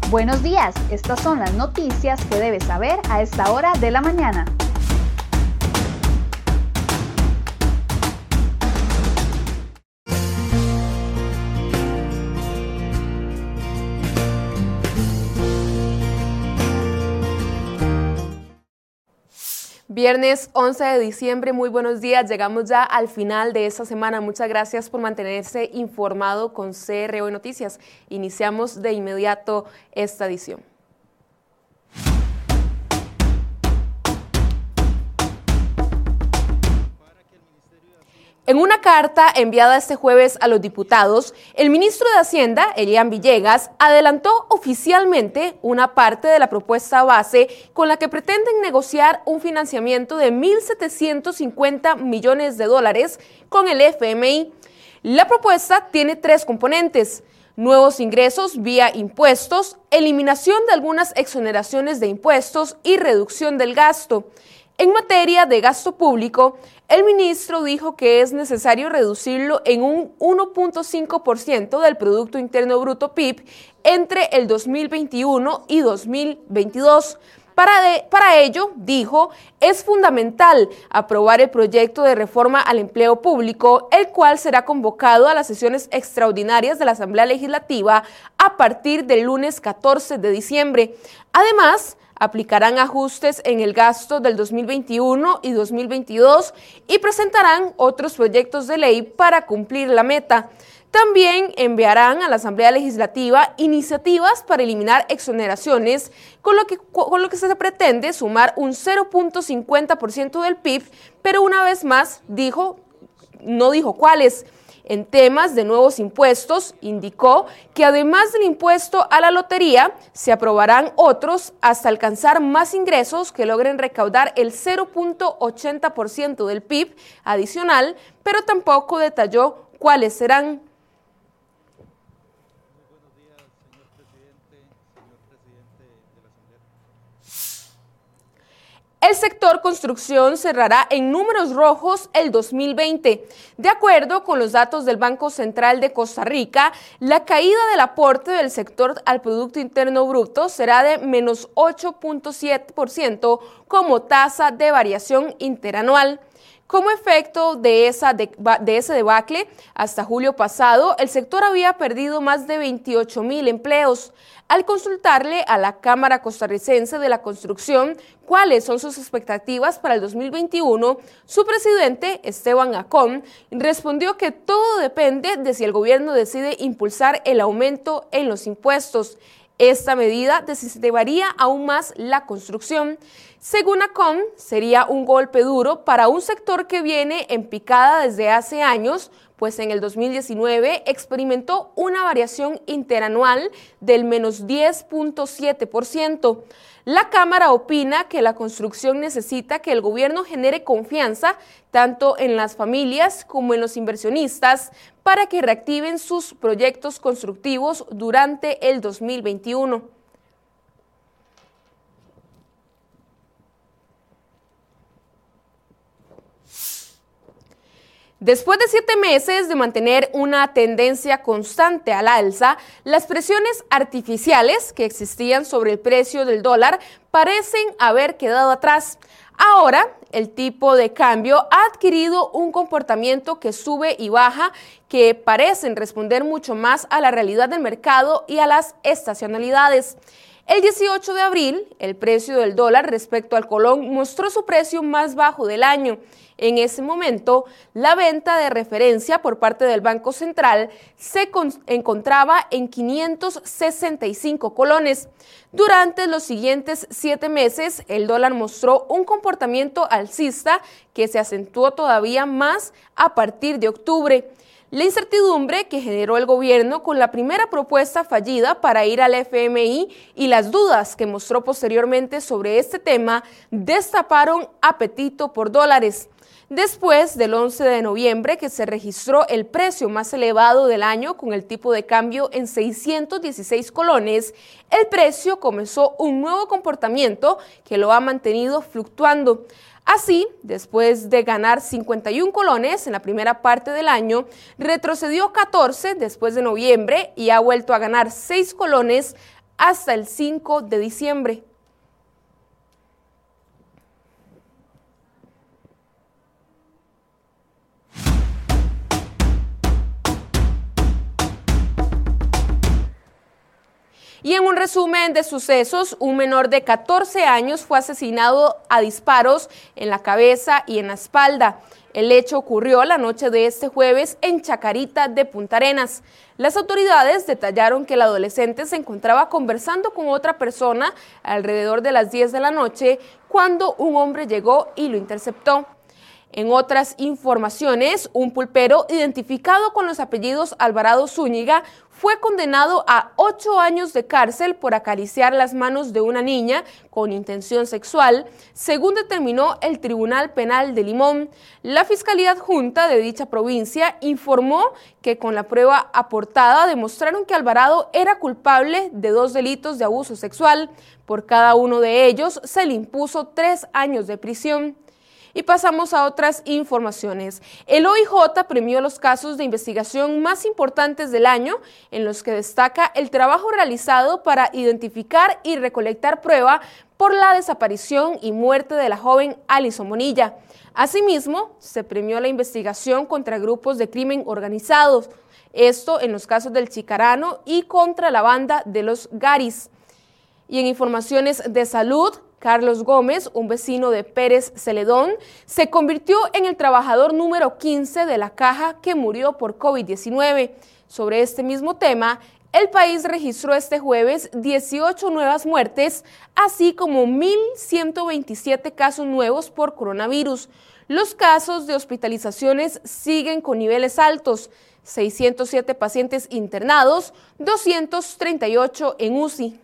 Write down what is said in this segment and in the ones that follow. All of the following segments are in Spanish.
Buenos días, estas son las noticias que debes saber a esta hora de la mañana. Viernes 11 de diciembre, muy buenos días. Llegamos ya al final de esta semana. Muchas gracias por mantenerse informado con CR Noticias. Iniciamos de inmediato esta edición. En una carta enviada este jueves a los diputados, el ministro de Hacienda, Elian Villegas, adelantó oficialmente una parte de la propuesta base con la que pretenden negociar un financiamiento de 1.750 millones de dólares con el FMI. La propuesta tiene tres componentes: nuevos ingresos vía impuestos, eliminación de algunas exoneraciones de impuestos y reducción del gasto. En materia de gasto público, el ministro dijo que es necesario reducirlo en un 1.5% del Producto Interno Bruto PIB entre el 2021 y 2022. Para ello, dijo, es fundamental aprobar el proyecto de reforma al empleo público, el cual será convocado a las sesiones extraordinarias de la Asamblea Legislativa a partir del lunes 14 de diciembre. Además, aplicarán ajustes en el gasto del 2021 y 2022 y presentarán otros proyectos de ley para cumplir la meta. También enviarán a la Asamblea Legislativa iniciativas para eliminar exoneraciones, con lo que se pretende sumar un 0.50% del PIB, pero una vez más no dijo cuáles. En temas de nuevos impuestos, indicó que además del impuesto a la lotería, se aprobarán otros hasta alcanzar más ingresos que logren recaudar el 0.80% del PIB adicional, pero tampoco detalló cuáles serán. El sector construcción cerrará en números rojos el 2020. De acuerdo con los datos del Banco Central de Costa Rica, la caída del aporte del sector al Producto Interno Bruto será de menos 8.7% como tasa de variación interanual. Como efecto de ese debacle, hasta julio pasado, el sector había perdido más de 28,000 empleos. Al consultarle a la Cámara Costarricense de la Construcción cuáles son sus expectativas para el 2021, su presidente, Esteban Acón, respondió que todo depende de si el gobierno decide impulsar el aumento en los impuestos. Esta medida desincentivaría aún más la construcción. Según Acón, sería un golpe duro para un sector que viene en picada desde hace años, pues en el 2019 experimentó una variación interanual del menos 10.7%. La Cámara opina que la construcción necesita que el gobierno genere confianza tanto en las familias como en los inversionistas para que reactiven sus proyectos constructivos durante el 2021. Después de 7 meses de mantener una tendencia constante al alza, las presiones artificiales que existían sobre el precio del dólar parecen haber quedado atrás. Ahora, el tipo de cambio ha adquirido un comportamiento que sube y baja, que parecen responder mucho más a la realidad del mercado y a las estacionalidades. El 18 de abril, el precio del dólar respecto al colón mostró su precio más bajo del año. En ese momento, la venta de referencia por parte del Banco Central se encontraba en 565 colones. Durante los siguientes 7 meses, el dólar mostró un comportamiento alcista que se acentuó todavía más a partir de octubre. La incertidumbre que generó el gobierno con la primera propuesta fallida para ir al FMI y las dudas que mostró posteriormente sobre este tema destaparon apetito por dólares. Después del 11 de noviembre, que se registró el precio más elevado del año con el tipo de cambio en 616 colones, el precio comenzó un nuevo comportamiento que lo ha mantenido fluctuando. Así, después de ganar 51 colones en la primera parte del año, retrocedió 14 después de noviembre y ha vuelto a ganar 6 colones hasta el 5 de diciembre. Y en un resumen de sucesos, un menor de 14 años fue asesinado a disparos en la cabeza y en la espalda. El hecho ocurrió la noche de este jueves en Chacarita de Punta Arenas. Las autoridades detallaron que el adolescente se encontraba conversando con otra persona alrededor de las 10 de la noche cuando un hombre llegó y lo interceptó. En otras informaciones, un pulpero identificado con los apellidos Alvarado Zúñiga fue condenado a 8 años de cárcel por acariciar las manos de una niña con intención sexual, según determinó el Tribunal Penal de Limón. La Fiscalía Adjunta de dicha provincia informó que con la prueba aportada demostraron que Alvarado era culpable de 2 delitos de abuso sexual. Por cada uno de ellos se le impuso 3 años de prisión. Y pasamos a otras informaciones. El OIJ premió los casos de investigación más importantes del año, en los que destaca el trabajo realizado para identificar y recolectar prueba por la desaparición y muerte de la joven Alison Bonilla. Asimismo, se premió la investigación contra grupos de crimen organizados, esto en los casos del Chicarano y contra la banda de los Garis. Y en informaciones de salud, Carlos Gómez, un vecino de Pérez Celedón, se convirtió en el trabajador número 15 de la caja que murió por COVID-19. Sobre este mismo tema, el país registró este jueves 18 nuevas muertes, así como 1.127 casos nuevos por coronavirus. Los casos de hospitalizaciones siguen con niveles altos, 607 pacientes internados, 238 en UCI.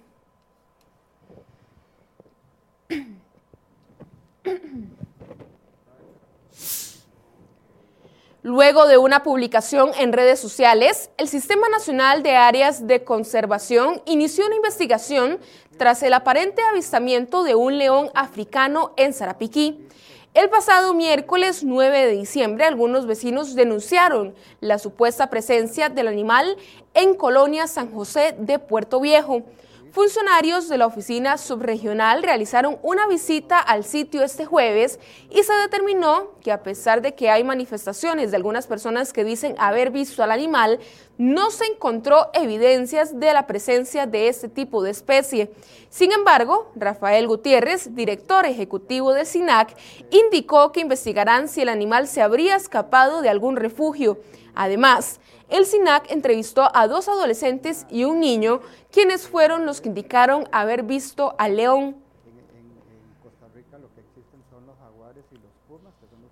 Luego de una publicación en redes sociales, el Sistema Nacional de Áreas de Conservación inició una investigación tras el aparente avistamiento de un león africano en Sarapiquí. El pasado miércoles 9 de diciembre, algunos vecinos denunciaron la supuesta presencia del animal en Colonia San José de Puerto Viejo. Funcionarios de la oficina subregional realizaron una visita al sitio este jueves y se determinó que a pesar de que hay manifestaciones de algunas personas que dicen haber visto al animal, no se encontró evidencias de la presencia de este tipo de especie. Sin embargo, Rafael Gutiérrez, director ejecutivo del SINAC, indicó que investigarán si el animal se habría escapado de algún refugio. Además, el SINAC entrevistó a 2 adolescentes y un niño, quienes fueron los que indicaron haber visto al león. En Costa Rica lo que existen son los jaguares y los pumas, que son los...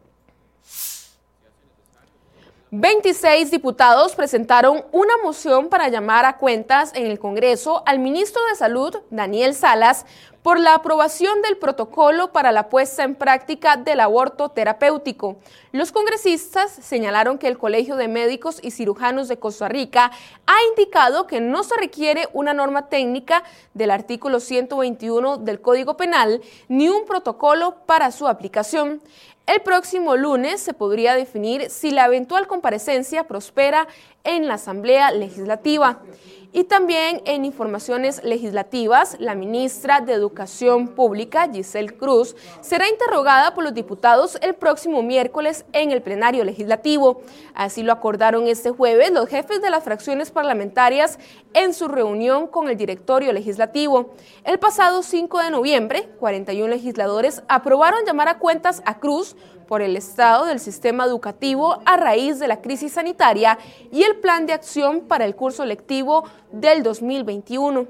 26 diputados presentaron una moción para llamar a cuentas en el Congreso al ministro de Salud, Daniel Salas, por la aprobación del protocolo para la puesta en práctica del aborto terapéutico. Los congresistas señalaron que el Colegio de Médicos y Cirujanos de Costa Rica ha indicado que no se requiere una norma técnica del artículo 121 del Código Penal ni un protocolo para su aplicación. El próximo lunes se podría definir si la eventual comparecencia prospera en la Asamblea Legislativa. Y también en informaciones legislativas, la ministra de Educación Pública, Giselle Cruz, será interrogada por los diputados el próximo miércoles en el plenario legislativo. Así lo acordaron este jueves los jefes de las fracciones parlamentarias en su reunión con el directorio legislativo. El pasado 5 de noviembre, 41 legisladores aprobaron llamar a cuentas a Cruz por el estado del sistema educativo a raíz de la crisis sanitaria y el plan de acción para el curso lectivo del 2021.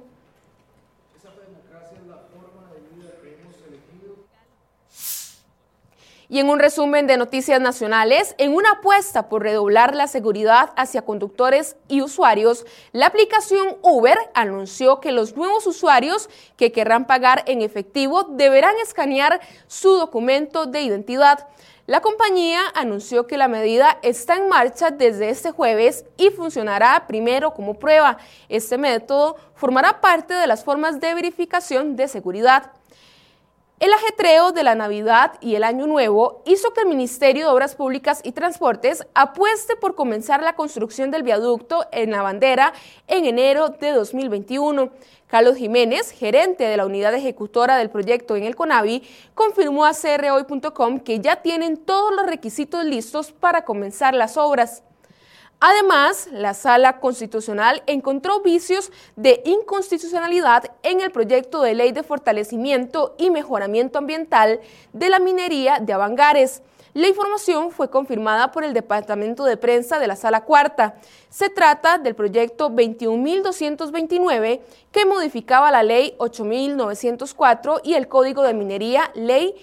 Y en un resumen de noticias nacionales, en una apuesta por redoblar la seguridad hacia conductores y usuarios, la aplicación Uber anunció que los nuevos usuarios que querrán pagar en efectivo deberán escanear su documento de identidad. La compañía anunció que la medida está en marcha desde este jueves y funcionará primero como prueba. Este método formará parte de las formas de verificación de seguridad. El ajetreo de la Navidad y el Año Nuevo hizo que el Ministerio de Obras Públicas y Transportes apueste por comenzar la construcción del viaducto en La Bandera en enero de 2021. Carlos Jiménez, gerente de la unidad ejecutora del proyecto en el CONAVI, confirmó a crhoy.com que ya tienen todos los requisitos listos para comenzar las obras. Además, la Sala Constitucional encontró vicios de inconstitucionalidad en el proyecto de ley de fortalecimiento y mejoramiento ambiental de la minería de Avangares. La información fue confirmada por el Departamento de Prensa de la Sala Cuarta. Se trata del proyecto 21.229 que modificaba la Ley 8.904 y el Código de Minería, Ley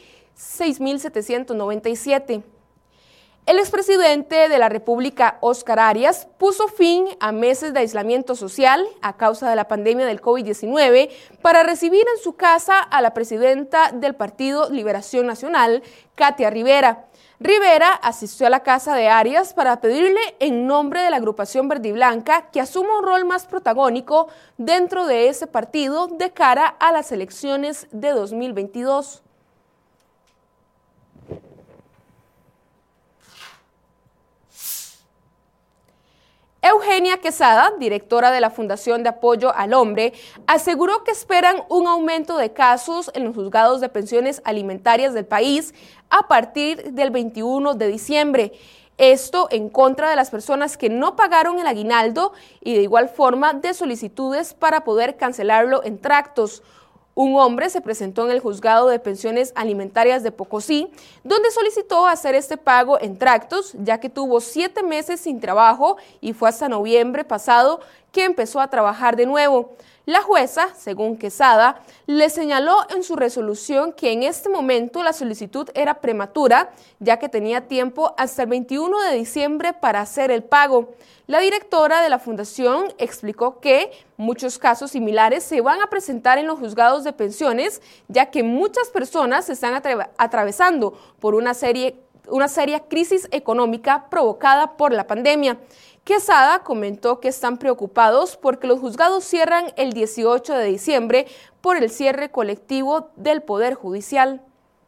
6.797. El expresidente de la República, Óscar Arias, puso fin a meses de aislamiento social a causa de la pandemia del COVID-19 para recibir en su casa a la presidenta del Partido Liberación Nacional, Katia Rivera. Rivera asistió a la casa de Arias para pedirle en nombre de la agrupación verde y blanca que asuma un rol más protagónico dentro de ese partido de cara a las elecciones de 2022. Eugenia Quesada, directora de la Fundación de Apoyo al Hombre, aseguró que esperan un aumento de casos en los juzgados de pensiones alimentarias del país a partir del 21 de diciembre. Esto en contra de las personas que no pagaron el aguinaldo y de igual forma de solicitudes para poder cancelarlo en tractos. Un hombre se presentó en el juzgado de pensiones alimentarias de Pocosí, donde solicitó hacer este pago en tractos, ya que tuvo 7 meses sin trabajo y fue hasta noviembre pasado que empezó a trabajar de nuevo. La jueza, según Quesada, le señaló en su resolución que en este momento la solicitud era prematura, ya que tenía tiempo hasta el 21 de diciembre para hacer el pago. La directora de la fundación explicó que muchos casos similares se van a presentar en los juzgados de pensiones, ya que muchas personas están atravesando por una seria crisis económica provocada por la pandemia. Quesada comentó que están preocupados porque los juzgados cierran el 18 de diciembre por el cierre colectivo del Poder Judicial.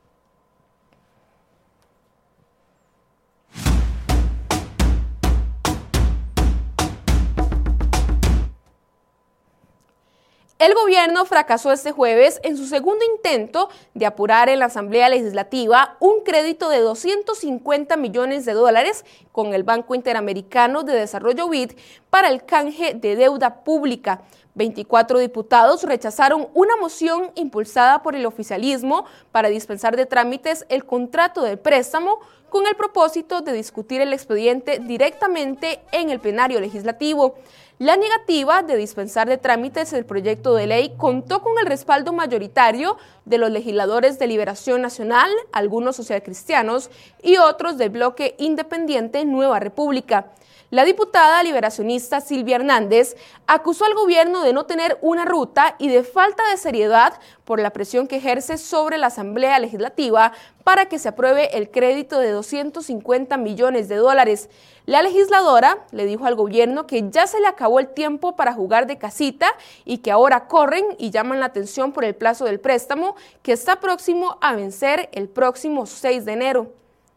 El gobierno fracasó este jueves en su segundo intento de apurar en la Asamblea Legislativa un crédito de $250 millones con el Banco Interamericano de Desarrollo BID para el canje de deuda pública. 24 diputados rechazaron una moción impulsada por el oficialismo para dispensar de trámites el contrato del préstamo con el propósito de discutir el expediente directamente en el plenario legislativo. La negativa de dispensar de trámites el proyecto de ley contó con el respaldo mayoritario de los legisladores de Liberación Nacional, algunos socialcristianos y otros del bloque independiente Nueva República. La diputada liberacionista Silvia Hernández acusó al gobierno de no tener una ruta y de falta de seriedad por la presión que ejerce sobre la Asamblea Legislativa para que se apruebe el crédito de $250 millones. La legisladora le dijo al gobierno que ya se le acabó el tiempo para jugar de casita y que ahora corren y llaman la atención por el plazo del préstamo que está próximo a vencer el próximo 6 de enero.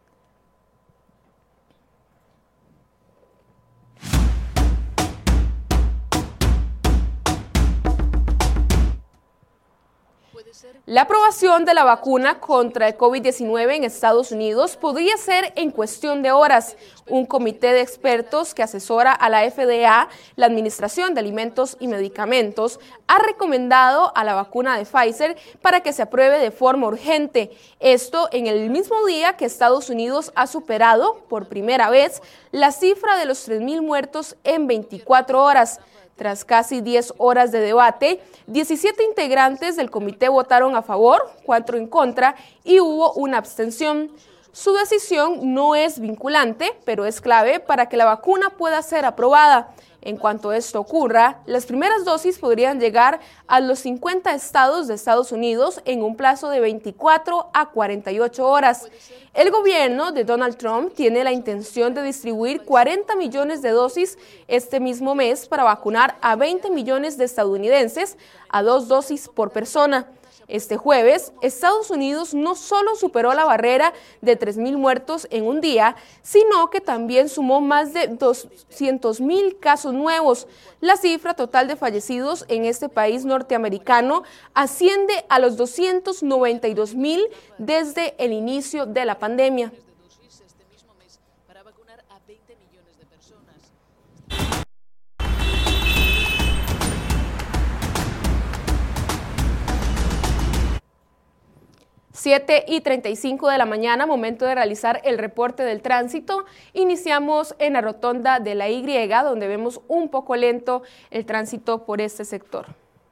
La aprobación de la vacuna contra el COVID-19 en Estados Unidos podría ser en cuestión de horas. Un comité de expertos que asesora a la FDA, la Administración de Alimentos y Medicamentos, ha recomendado a la vacuna de Pfizer para que se apruebe de forma urgente. Esto en el mismo día que Estados Unidos ha superado por primera vez la cifra de los 3.000 muertos en 24 horas. Tras casi 10 horas de debate, 17 integrantes del comité votaron a favor, 4 en contra y hubo una abstención. Su decisión no es vinculante, pero es clave para que la vacuna pueda ser aprobada. En cuanto esto ocurra, las primeras dosis podrían llegar a los 50 estados de Estados Unidos en un plazo de 24 a 48 horas. El gobierno de Donald Trump tiene la intención de distribuir 40 millones de dosis este mismo mes para vacunar a 20 millones de estadounidenses a 2 dosis por persona. Este jueves, Estados Unidos no solo superó la barrera de 3.000 muertos en un día, sino que también sumó más de 200.000 casos nuevos. La cifra total de fallecidos en este país norteamericano asciende a los 292.000 desde el inicio de la pandemia. 7:35 de la mañana, momento de realizar el reporte del tránsito. Iniciamos en la rotonda de la Y, donde vemos un poco lento el tránsito por este sector.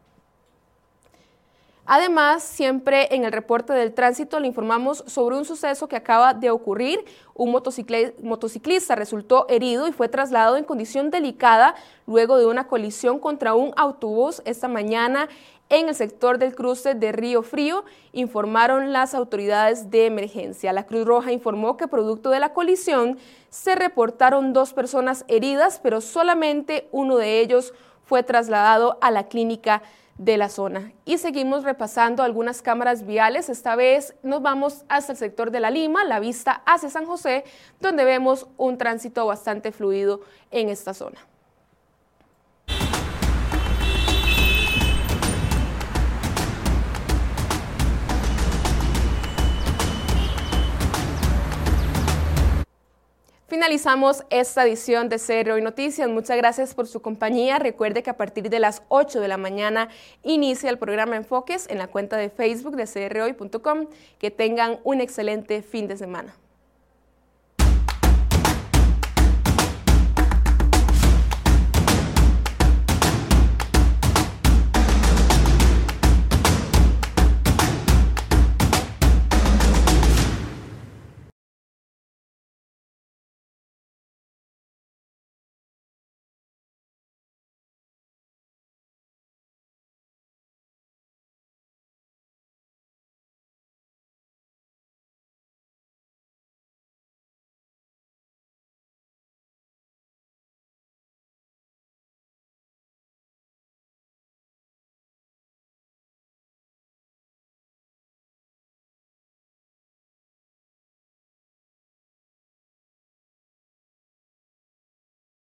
Además, siempre en el reporte del tránsito le informamos sobre un suceso que acaba de ocurrir. Un motociclista resultó herido y fue trasladado en condición delicada luego de una colisión contra un autobús esta mañana en el sector del cruce de Río Frío, informaron las autoridades de emergencia. La Cruz Roja informó que producto de la colisión se reportaron 2 personas heridas, pero solamente uno de ellos fue trasladado a la clínica de la zona. Y seguimos repasando algunas cámaras viales. Esta vez nos vamos hasta el sector de La Lima, la vista hacia San José, donde vemos un tránsito bastante fluido en esta zona. Finalizamos esta edición de CR Hoy Noticias. Muchas gracias por su compañía. Recuerde que a partir de las 8 de la mañana inicia el programa Enfoques en la cuenta de Facebook de crhoy.com. Que tengan un excelente fin de semana.